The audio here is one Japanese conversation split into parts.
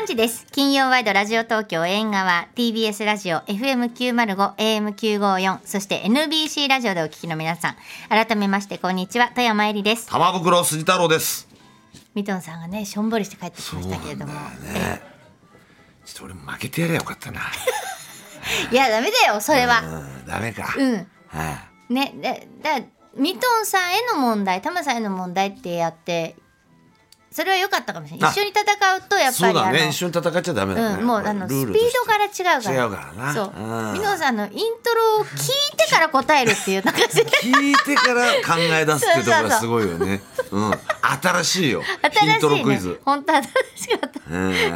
時です。金曜ワイドラジオ東京縁側 TBS ラジオ FM905 AM954 そして NBC ラジオでお聞きの皆さん、改めましてこんにちは、富山えりです。 玉袋筋太郎です。 ミトンさんがねしょんぼりして帰ってきましたけれども、 ね、ちょっと俺も負けてやればよかったな。 いやダメだよそれは。 ダメか。 ね、だミトンさんへの問題、タマさんへの問題ってやってそれは良かったかもしれない。一緒に戦うとやっぱりそうだね、一緒に戦っちゃダメだね。 もうスピードから違うから。 違うからな。 そう。ミトンさんのイントロを聞いてから答えるっていうなんか聞いてから考え出すっていうところがすごいよね。新しいよ。イントロクイズ。 本当新しかった。さあ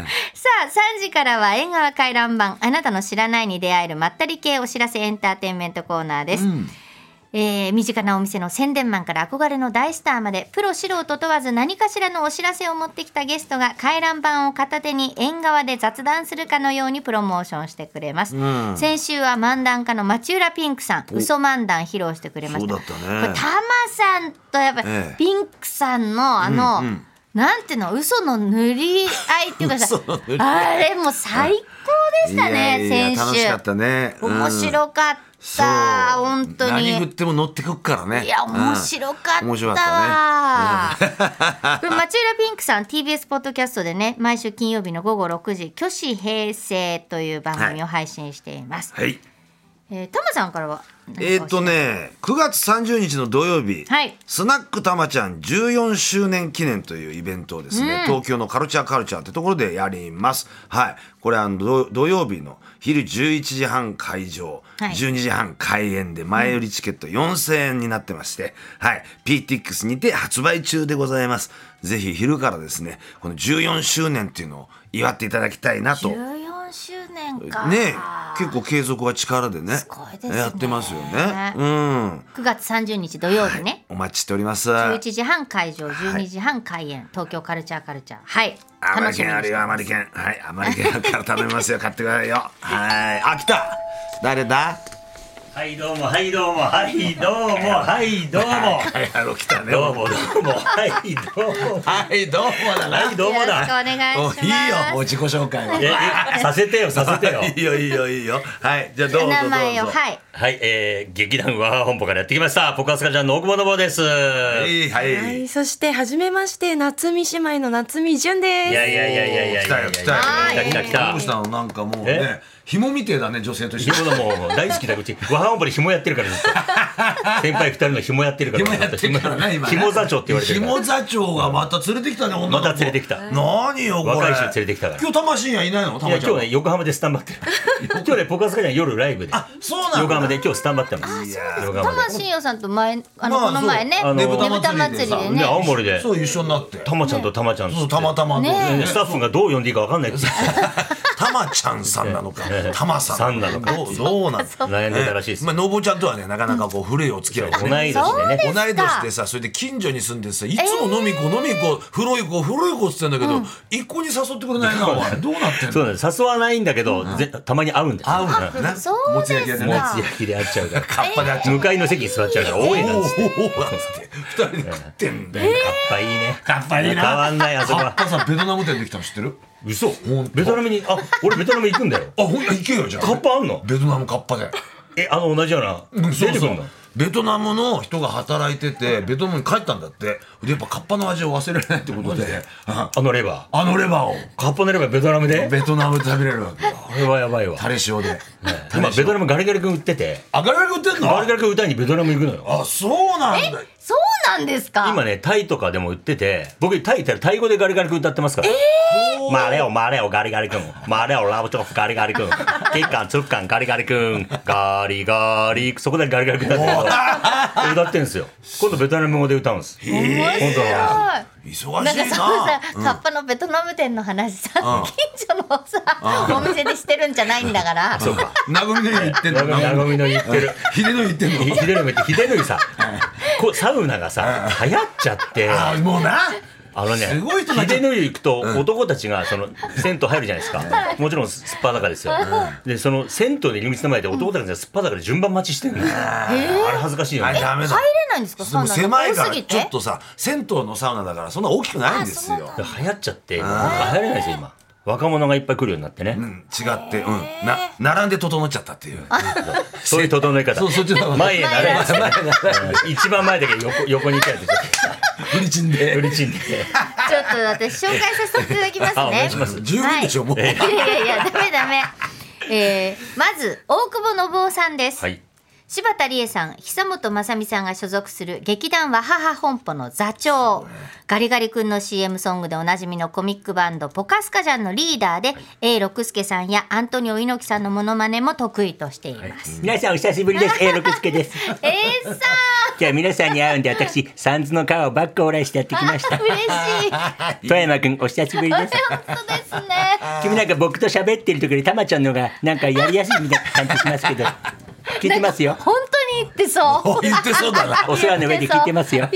3時からは縁側回覧版あなたの知らないに出会えるまったり系お知らせエンターテインメントコーナーです。身近なお店の宣伝マンから憧れの大スターまでプロ素人問わず何かしらのお知らせを持ってきたゲストが回覧板を片手に縁側で雑談するかのようにプロモーションしてくれます。先週は漫談家の町浦ピンクさん嘘漫談披露してくれました。 そうだったね。 これタマさんとやっぱりピンクさんのなんていうの嘘の塗り合いっていうかさあれもう最高でしたね。先週楽しかったね。 面白かった本当に。 何振っても乗ってくからね。 いや面白かったわ。 面白かったね。これ町浦ピンクさん TBS ポッドキャストでね毎週金曜日の午後6時虚子平成という番組を配信しています。 はい。 タマさんからは 9月30日の土曜日、スナックたまちゃん14周年記念というイベントをですね、東京のカルチャーってところでやります。はい。これ土曜日の昼11時半会場、12時半開演で前売りチケット4000円になってまして、はい。PTX にて発売中でございます。ぜひ昼からですね、この14周年っていうのを祝っていただきたいなと。 14周年か。 ね、結構継続は力でね、やってますよね。 9月30日土曜日ね。 お待ちしております。 11時半会場、12時半開演、東京カルチャー。はい。 楽しみにしてます。アマリケン、はい、アマリケンから頼みますよ。買ってくださいよ。はい。あ、来た。誰だ？ はいどうもはいどうもはいどうもはいどうもはい来たね。 どうもはいどうもはいどうもだな。 はいどうもだ。 よろしくお願いします。 いいよもう自己紹介は。 させてよいいよ。はいじゃあどうぞ。 名前をはい劇団ワハ本舗からやってきましたポカスカちゃんの大久保のぼです。 はいそして初めまして夏美姉妹の夏美純です。 いや来たよ。どうしたのなんかもうね。紐みてえだね女性として。 紐だもう大好きだうちワハ本舗で紐やってるからずっと先輩2人の紐やってるから紐やってるからね今ね。 紐座長って言われてるから。 紐座長がまた連れてきたね女の子。 また連れてきた。 何よこれ。 若い人連れてきたから。 今日魂はいないの？ いや今日ね横浜でスタンバってる。今日ねポカスカちゃん夜ライブで。 あそうなんだ。 横浜で今日スタンバってます。 魂よさんとこの前ねねぶた祭りでね青森でそう一緒になってたまちゃんとたまちゃんそうたまたまスタッフがどう呼んでいいか分かんないって。 たまちゃんさんなのかたまさんなのかどうなん悩んでたらしいです。 のぼちゃんとはねなかなかこう古いお付き合い同い年でね。 同い年でさそれで近所に住んでさいつも飲み子古い子って言ってんだけど一向に誘ってくれないなお前どうなってんの。 そうなんです誘わないんだけどたまに会うんです。 会うんだね。 そうですか。 もつ焼きで会っちゃうからカッパで会っちゃう。 向かいの席に座っちゃうから多いなんですって 2人で食ってんだよ。 カッパいいね。 カッパいいな。 変わんないあそこは。 カッパさベトナム店できたの知ってる？ 嘘。ベトナムに俺ベトナム行くんだよ。 ほんと行けよじゃあ。 カッパあんの？ ベトナムカッパで。 同じような出てくるの？ ベトナムの人が働いててベトナムに帰ったんだって。でやっぱカッパの味を忘れられないってことであのレバーをカッパのレバーベトナムでベトナムで食べれるわけよ。 これはやばいわ。 タレ塩で今ベトナムガリガリ君売ってて。 ガリガリ君売ってんの？ ガリガリ君歌いにベトナム行くのよ。 あそうなんだ。 そうなんですか。 今ねタイとかでも売ってて僕タイ語でガリガリ君歌ってますから。マレオガリガリ君マレオラブチョフガリガリ君キッカンツッカンガリガリ君ガリガリそこでガリガリ君歌ってるけど歌ってんですよ。今度ベトナム語で歌うんです。 面白い。 忙しいな。 なんかさカッパのベトナム店の話さ近所のさお店でしてるんじゃないんだから。 そうか。なごみの言ってんの。 なごみの言ってる。 ひでの言ってんの。 ひでのさサウナがさ流行っちゃって。 もうな。 すごい人秀の湯行くと男たちがその銭湯入るじゃないですか。もちろんすっぱだかですよ。でその銭湯で入り口の前で男たちがすっぱだかで順番待ちしてるの。あれ恥ずかしいよね。 入れないんですか？サウナ狭いからちょっとさ銭湯のサウナだからそんな大きくないんですよ。 流行っちゃって流行れないですよ今。 若者がいっぱい来るようになってね、 違って、並んで整っちゃったっていうそういう整え方。 そっちの前へなれ一番前だけ横に行けってフリチンでちょっと私紹介させていただきますね。 お願いします。 十分でしょ、もう。 いやダメ。まず大久保信夫さんです。柴田理恵さん、久本雅美さんが所属する劇団わはは本舗の座長、ガリガリ君の CM ソングでおなじみのコミックバンドポカスカジャンのリーダーで A 六輔さんやアントニオ猪木さんのモノマネも得意としています。 皆さんお久しぶりです。A 六輔です。 さん今日皆さんに会うんで私サンズの川をバックオーライしてやってきました。 嬉しい。 富山君お久しぶりです。 本当ですね。 君なんか僕と喋ってる時にたまちゃんのがなんかやりやすいみたいな感じしますけど聞いてますよ。 本当に言ってそう。 言ってそうだな。 お空の上で聞いてますよ。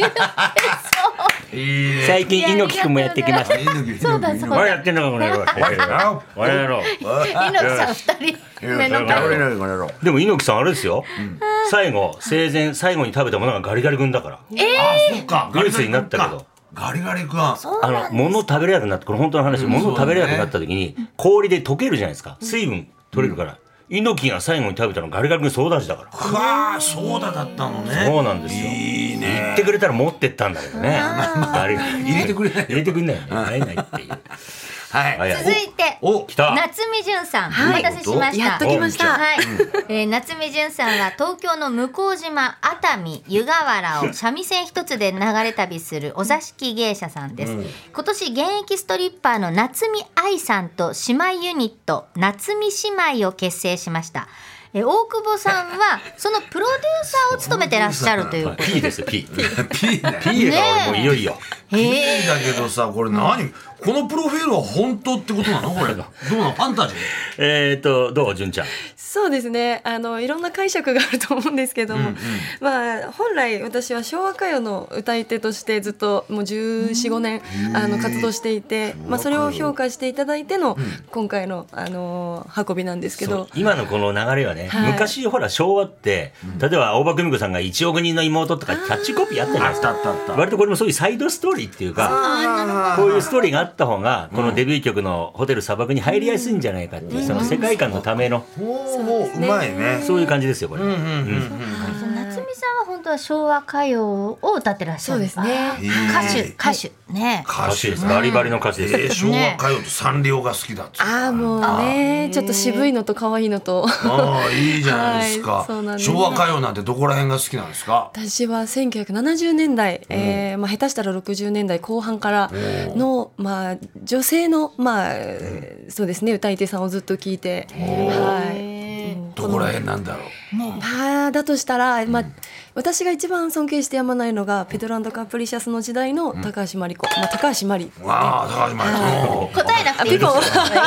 最近猪木君もやってきました。 そうだそうだ。 我やってんのかこの野郎。我やろう。 猪木さん2人目の顔。 でも猪木さんあれですよ。最後生前最後に食べたものがガリガリ君だから。 そっか。 ニュースになったけど。 ガリガリ君。 物食べれなくなって、これ本当の話、物食べれなくなった時に氷で溶けるじゃないですか。水分取れるから。猪木が最後に食べたのガリガリ君ソーダ味だから。 うわー、ソーダだったのね。 そうなんですよ。 いいね。 言ってくれたら持ってったんだけどね。 入れてくれない。 入れてくれないよね。会えないっていう。 続いて夏目純さん、お待たせしました。 やっときました。 夏目純さんは東京の向島、熱海、湯河原を三味線一つで流れ旅するお座敷芸者さんです。今年現役ストリッパーの夏見愛さんと姉妹ユニット夏見姉妹を結成しました。大久保さんはそのプロデューサーを務めてらっしゃるということで。 P ですよ P。 P だからもういよいよ。 P だけどさ、これ何？このプロフィールは本当ってことなの？これどうなの？ファンタジー？どう純ちゃん。 そうですね。いろんな解釈があると思うんですけども、本来私は昭和歌謡の歌い手としてずっともう14、15年活動していて、それを評価していただいての今回の運びなんですけど、 今のこの流れはね、昔ほら昭和って例えば大場久美子さんが1億人の妹とかキャッチコピーあったじゃないですか。割とこれもそういうサイドストーリーっていうか、こういうストーリーがあった方がこのデビュー曲のホテル砂漠に入りやすいんじゃないかっていう、その世界観のためのうまいね。 そういう感じですよこれ。 夏美さんは本当は昭和歌謡を歌ってらっしゃる。そうですね。歌手ね。 歌手です。バリバリの歌手です。 昭和歌謡とサンリオが好きだって。 もうね、ちょっと渋いのと可愛いのと。 いいじゃないですか。昭和歌謡なんてどこら辺が好きなんですか？ 私は1970年代、下手したら60年代後半からの女性のそうですね、歌い手さんをずっと聞いて、 どこら辺なんだろう。だとしたら、私が一番尊敬してやまないのがペドロ&カプリシャスの時代の高橋真理子、高橋真理。 高橋真理。 答えなくていいですよ。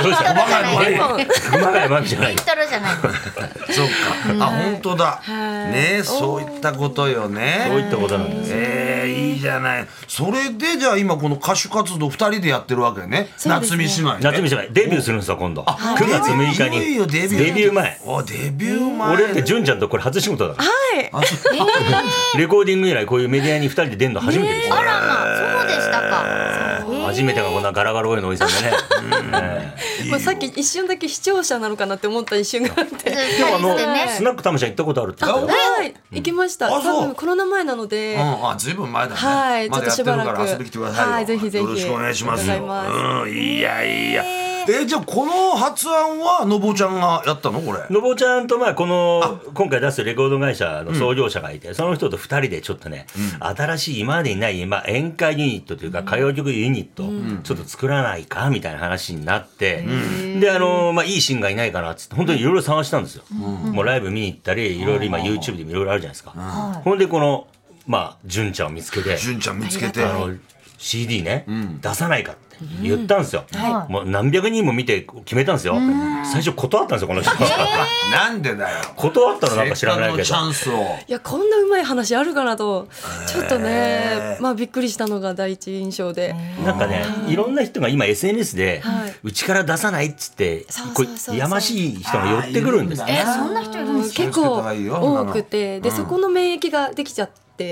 熊谷真理じゃない。 イントロじゃない。 そうか。本当だ。ね、そういったことよね。 そういったことなんです。 いいじゃない。それでじゃあ今この歌手活動2人でやってるわけね。夏見姉妹。 夏見姉妹デビューするんですよ今度。9月6日に。 いよいよデビュー前。デビュー前。 俺って純ちゃんとこれ初仕事だから。レコーディング以来こういうメディアに2人で出るの初めてです。 あらま、そうでしたか。 初めてがこんなガラガラ声のおじさんでね。 さっき一瞬だけ視聴者なのかなって思った一瞬があって。 でもスナックたまちゃん行ったことあるって言ったよ。 行きました。多分コロナ前なので。 ずいぶん前だね。 はい、ちょっとしばらく遊びに来てください。 はい、ぜひぜひ。 よろしくお願いします。いやいや。じゃあこの発案はのぼちゃんがやったの？これのぼちゃんとこの今回出すレコード会社の創業者がいて、その人と2人でちょっとね、新しい今までにない演歌ユニットというか歌謡曲ユニットちょっと作らないかみたいな話になって、でいいシンガーいないかなっつって本当にいろいろ探したんですよ。もうライブ見に行ったりいろいろ今 YouTube でもいろいろあるじゃないですか。ほんでこの純ちゃんを見つけて、CD ね、出さないかって言ったんですよ。もう何百人も見て決めたんですよ。最初断ったんですよこの人。 なんでだよ。 断ったのなんか知らないけど。 チャンスを。 いやこんなうまい話あるかなとちょっとね、びっくりしたのが第一印象で。 なんかね、いろんな人が今 SNS でうちから出さないっつってやましい人が寄ってくるんです。 そんな人いるんですか？ 結構多くて、でそこの免疫ができちゃって。 、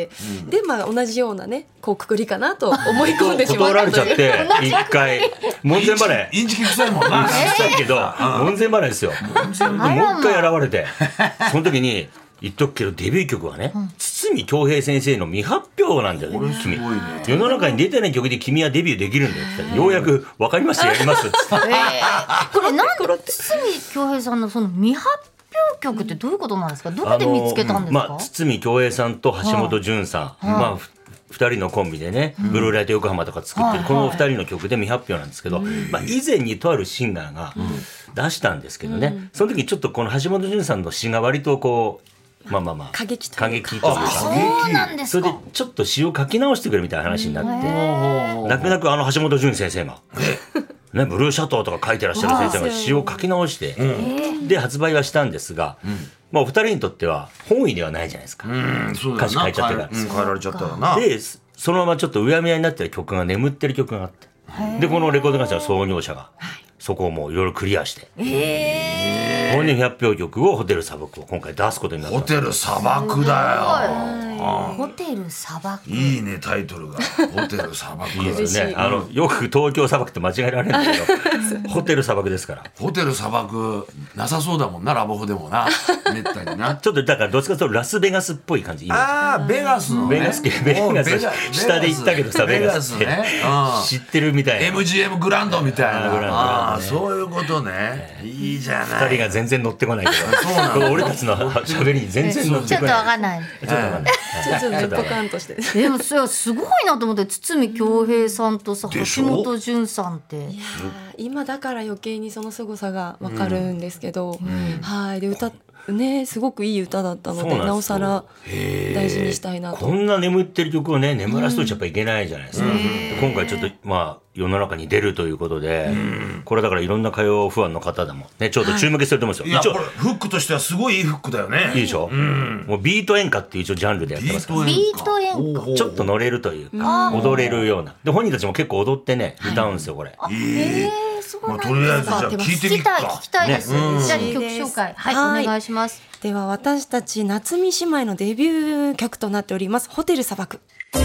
でまあ同じようなねこうくくりかなと思い込んでしまった断られちゃって一回門前払いインチキ臭いもんな。 したいけど門前払いですよ。もう一回現れてその時に言っとくけどデビュー曲はね、堤恭平先生の未発表なんだよね。君世の中に出てない曲で君はデビューできるんだよって言ったらようやく分かりましたやりますっつってこれなんで堤恭平さんのその未発表曲ってどういうことなんですか。どこで見つけたんですか。 堤恭平さんと橋本淳さん、2人のコンビでね、ブルーライト横浜とか作ってるこの2人の曲で未発表なんですけど、以前にとあるシンガーが出したんですけどね、その時ちょっとこの橋本淳さんの詩が割とこう過激というか、 そうなんですか。 それでちょっと詩を書き直してくれみたいな話になって泣く泣く橋本淳先生がね、ブルーシャトーとか書いてらっしゃる先生が詩を書き直して、で発売はしたんですが、お二人にとっては本意ではないじゃないですか、歌詞書いちゃってるから変えられちゃったらな。 でそのままちょっとうやむやになってる曲が眠ってる曲があって、でこのレコード会社の創業者がそこをもういろいろクリアして、本人発表曲をホテル砂漠を今回出すことになったホテル砂漠だよ。 ホテル砂漠いいねタイトルがホテル砂漠。 いいですよね。よく東京砂漠って間違えられるんだけどホテル砂漠ですから。 ホテル砂漠なさそうだもんな、ラブホでもな、めったにな。 ちょっとだからどっちかというとラスベガスっぽい感じ。 ああベガスのね、 ベガス下で行ったけどさ、ベガスって知ってるみたいな MGM グランドみたいな。 ああそういうことね。いいじゃない。 2人が全然乗ってこないけどこの俺たちの喋りに全然乗ってこない。 ちょっとわかんない。 ちょっとわかんない。 ちょっとねポカンとしてでもそれはすごいなと思って、堤恭平さんとさ橋本淳さんって。 いや今だから余計にその凄さがわかるんですけど、はいで歌ねすごくいい歌だったのでなおさら大事にしたいなと。 こんな眠ってる曲をね眠らせといちゃやっぱいけないじゃないですか。今回ちょっと世の中に出るということで、これだからいろんな歌謡ファンの方でもねちょっと注目してると思うんですよ。 いやこれフックとしてはすごいいいフックだよね。 いいでしょ。もうビート演歌っていう一応ジャンルでやってますから、 ビート演歌ちょっと乗れるというか踊れるようなで本人たちも結構踊ってね歌うんですよこれ。 そうなんとりあえずじゃあ聞いてみっか。 聞きたいです。じゃあ曲紹介はいお願いします。 では私たち夏美姉妹のデビュー曲となっておりますホテル砂漠。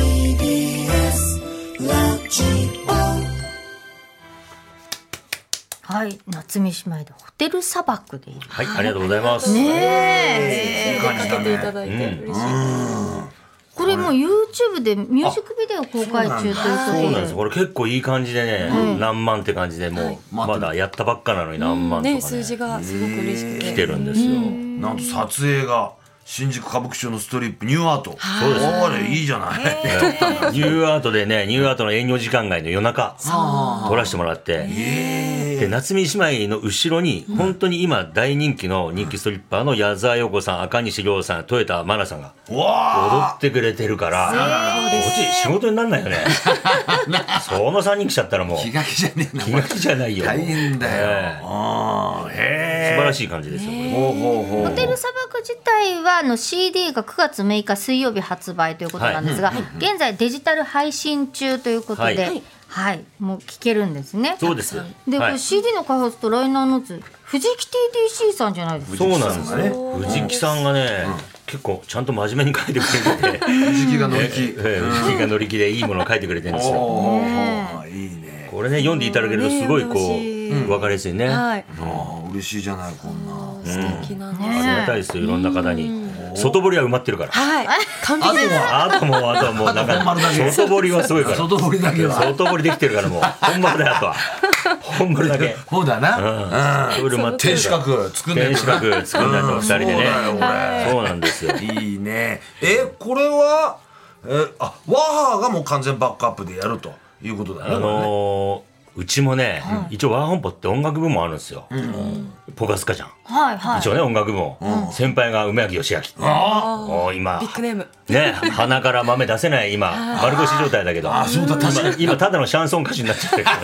はい夏美姉妹でホテル砂漠でいい。 はいありがとうございます。 ねかけていただいて嬉しい。 これもう YouTube でミュージックビデオ公開中ということで。 そうなんです。これ結構いい感じでね、何万って感じでもうまだやったばっかなのに何万とかね数字がすごく嬉しくて来てるんですよ。 なんと撮影が新宿歌舞伎町のストリップニューアート。 そうです。 あれいいじゃない。 ニューアートでねニューアートの営業時間外の夜中撮らせてもらって、で夏美姉妹の後ろに本当に今大人気の人気ストリッパーの矢沢陽子さん、赤西亮さん、豊田真奈さんが踊ってくれてるから、こっち仕事にならないよね。その3人来ちゃったらもう気が気じゃねえな。 気が気じゃないよ。 大変だよ。 素晴らしい感じですよ。 ホテル砂漠自体はCD が9月6日水曜日発売ということなんですが、現在デジタル配信中ということで、はいもう聴けるんですね。 そうです。 で、これ CD の開発とライナーノーツ藤木 TDC さんじゃないですか。 そうなんですね。藤木さんがね、結構ちゃんと真面目に書いてくれてて、 藤木が乗り気、 藤木が乗り気でいいものを書いてくれてるんですよ。 いいね。 これね読んでいただけるとすごいこう分かりやすいね。 嬉しいじゃないこんな。 素敵なありがたいですよいろんな方に。外堀は埋まってるから。 はい。完璧です。 あともうなんか外堀はすごいから。 外堀だけは。 外堀できてるからもう本丸だよあとは。本丸だけ。 そうだな。天守閣作んないと。 天守閣作んないと2人でね。そうなんですよ。 いいね。これはワハーがもう完全バックアップでやるということだね。 うちもね、一応ワーホンポって音楽部門あるんですよ。ポカスカじゃん。一応ね音楽部門。先輩が梅木義明。今ビッグネーム。 ね鼻から豆出せない今丸腰状態だけど。今ただのシャンソン歌手になっちゃってるから。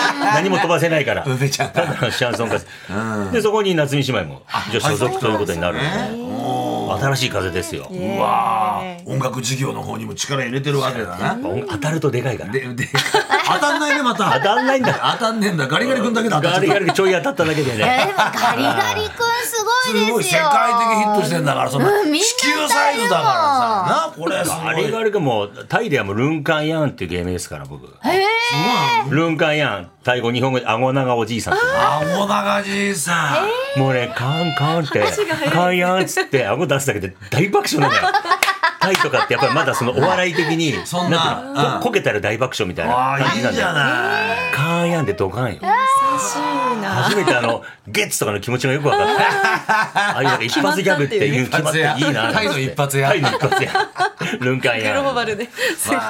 何も飛ばせないから。ただのシャンソン歌手。でそこに夏美姉妹も所属ということになるので。 新しい風ですよ。 うわ音楽事業の方にも力入れてるわけだな。 当たるとでかいから当たんないねまた。 当たんないんだ。 当たんねえんだ。ガリガリ君だけだ。 ガリガリ君ちょい当たっただけでね。 でもガリガリ君すごいですよ。 すごい世界的ヒットしてんだから、その地球サイズだからさな。これすごい。 ガリガリ君もタイではもうルンカンヤンっていう芸名ですから僕。ルンカンヤン、タイ語日本語で顎長おじいさん。 顎長じいさん。もうねカンカンってカンヤンっつって顎出すだけで大爆笑なのよ。タイとかってやっぱりまだそのお笑い的にそんなこけたら大爆笑みたいな感じなんで。カーヤンでドカンよ。初めてゲッツとかの気持ちがよく分かった。ああいうなんか一発ギャグっていう決まっていいな。 タイの一発や。 タイの一発や。ルンカンヤン。 グローバルで。 これ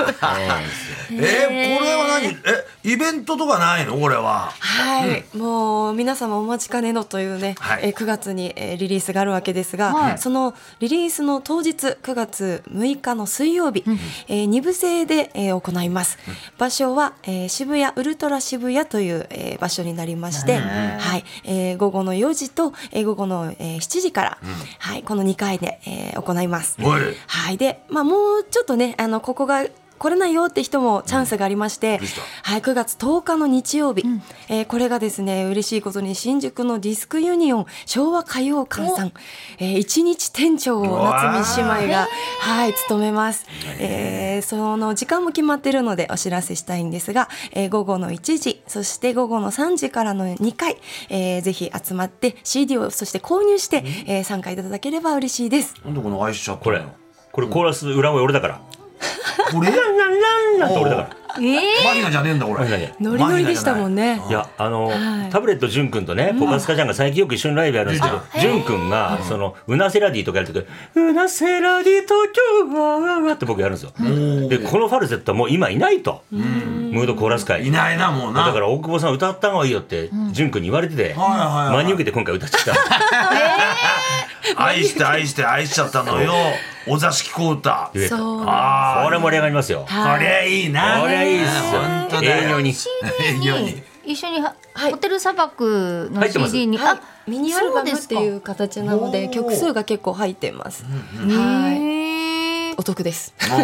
は何？イベントとかないの？これは。 はい、もう皆様お待ちかねのというね、9月にリリースがあるわけですが、そのリリースの当日9月6日の水曜日、2部制で行います。場所は渋谷ウルトラ渋谷という場所になりまして、午後の4時と午後の7時から、この2回で行います。で、もうちょっとねここが来れないよって人もチャンスがありまして、9月10日の日曜日、これがですね嬉しいことに新宿のディスクユニオン昭和歌謡館さん、一日店長を夏美姉妹が務めます。その時間も決まっているのでお知らせしたいんですが、午後の1時そして午後の3時からの2回、ぜひ集まって CD をそして購入して、参加いただければ嬉しいです。 なんでこのアイスシャットこれコーラス裏声俺だから。 これランランランって俺だから。 マリナじゃねえんだこれ。 ノリノリでしたもんね。 いやタブレット潤くんとねポカスカちゃんが最近よく一緒にライブやるんですけど、潤くんがそのウナセラディとかやるときウナセラディ東京はって僕やるんですよ。でこのファルセットはもう今いないと、ムードコーラス界いないなもうな。 だから大久保さん歌った方がいいよって潤くんに言われてて、真に受けて今回歌っちゃった。 愛して愛して愛しちゃったのよ。お座敷小歌。 これ盛り上がりますよ。 これいいな。 これいいっすよ。営業に一緒にホテル砂漠の CD にミニアルバムっていう形なので曲数が結構入ってます。お得です。 いい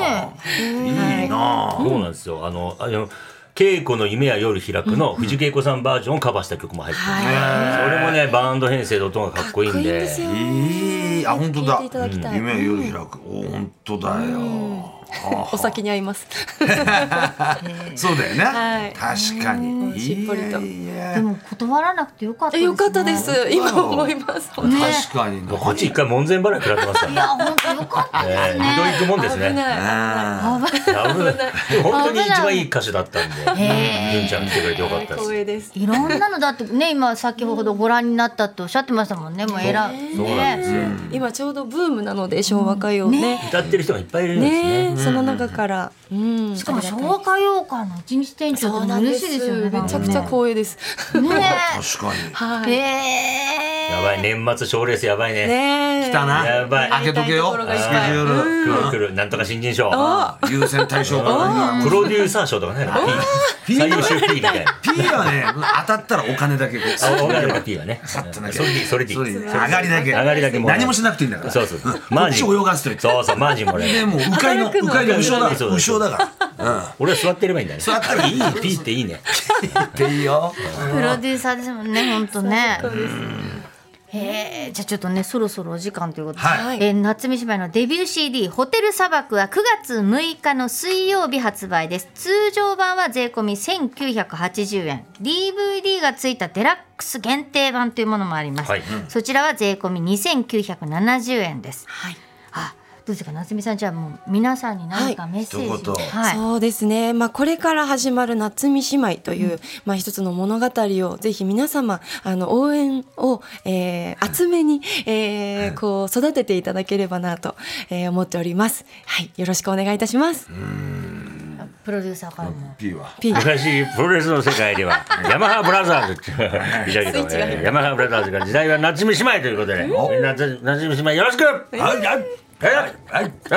な。 そうなんですよ。稽古の夢や夜開くの藤恵子さんバージョンをカバーした曲も入ってる、それもねバンド編成で音がかっこいいんで、 本当だ。夢や夜開く、本当だよ。 お酒に合います。 そうだよね。確かに。 しっぽりと。 でも断らなくてよかったですね。 よかったです。今思います。 確かに。 こっち一回門前払い食らってますから。 いや本当よかったですね。 二度行くもんですね。 危ない。 本当に一番いい歌手だったんで、純ちゃん来てくれてよかったです。 光栄です。 いろんなのだってね今先ほどご覧になったっておっしゃってましたもんね。もうそうなんですよ。 今ちょうどブームなので昭和歌謡ね。 歌ってる人がいっぱいいるんですね。 その中から。 しかも昭和歌謡館の一日店長って嬉しいですよね。 めちゃくちゃ光栄です。 確かに。 やばい年末賞レースやばいね。 来たな。 やばい。 開けとけよ。スケジュール。 来るなんとか新人賞。 優先大賞か。 プロデューサー賞とかね。最優秀 P みたいな。 P はね当たったらお金だけ。 お金が P はね。それで上がりだけ。何もしなくていいんだから。 そう。マージン。 泳がせて。 そうマージンもね。 でも迂回の後ろだから。 俺は座ってればいいんだね。 座ったらいい。 P っていいね。 っていいよ。 プロデューサーですもんね本当ね。じゃあちょっとねそろそろお時間ということで、夏美姉妹のデビュー CD ホテル砂漠は9月6日の水曜日発売です。通常版は税込み1980円、 DVD がついたデラックス限定版というものもあります、そちらは税込み2970円です。どうですか夏美さん、じゃあもう皆さんに何かメッセージを。 そうですね、これから始まる夏美姉妹という、一つの物語をぜひ皆様応援を、厚めに、こう育てていただければなと、思っております。よろしくお願いいたします。 プロデューサーからも P は昔プロレスの世界ではヤマハブラザーズってヤマハブラザーズが時代は夏美姉妹ということで、夏美姉妹よろしく。よし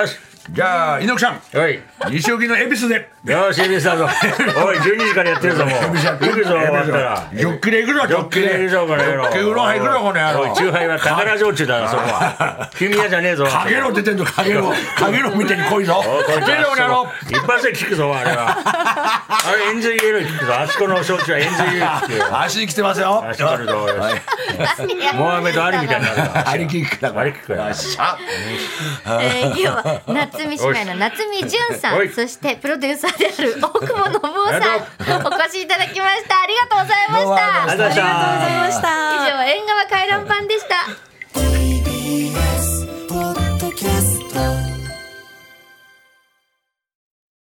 じゃあ猪木さん、西荻の恵比寿で。 よし、恵比寿だぞ。おい、12時からやってるぞ、もう。行くぞ、終わったら。 ジョッキで行くぞ、 ジョッキで行くぞ、この野郎。 風呂入るぞ、この野郎。 おい、チューハイは宝焼酎だな、そこは。君屋じゃねえぞ。 かげろう出てんぞ、かげろう。かげろうみたいに来いぞ。 一発で聞くぞ、あれは。あれ、エンズイエロー聞くぞ。あそこの焼酎はエンズイエロー聞くよ。 足に来てますよ。 足来るぞ、モハメド・アリみたいになるアリキックだ。 アリキックだ。 今日は夏見姉妹の夏見純さん、そしてプロデューサーである大久保信夫さんお越しいただきました。ありがとうございました。 ありがとうございました。 以上縁側回覧版でした。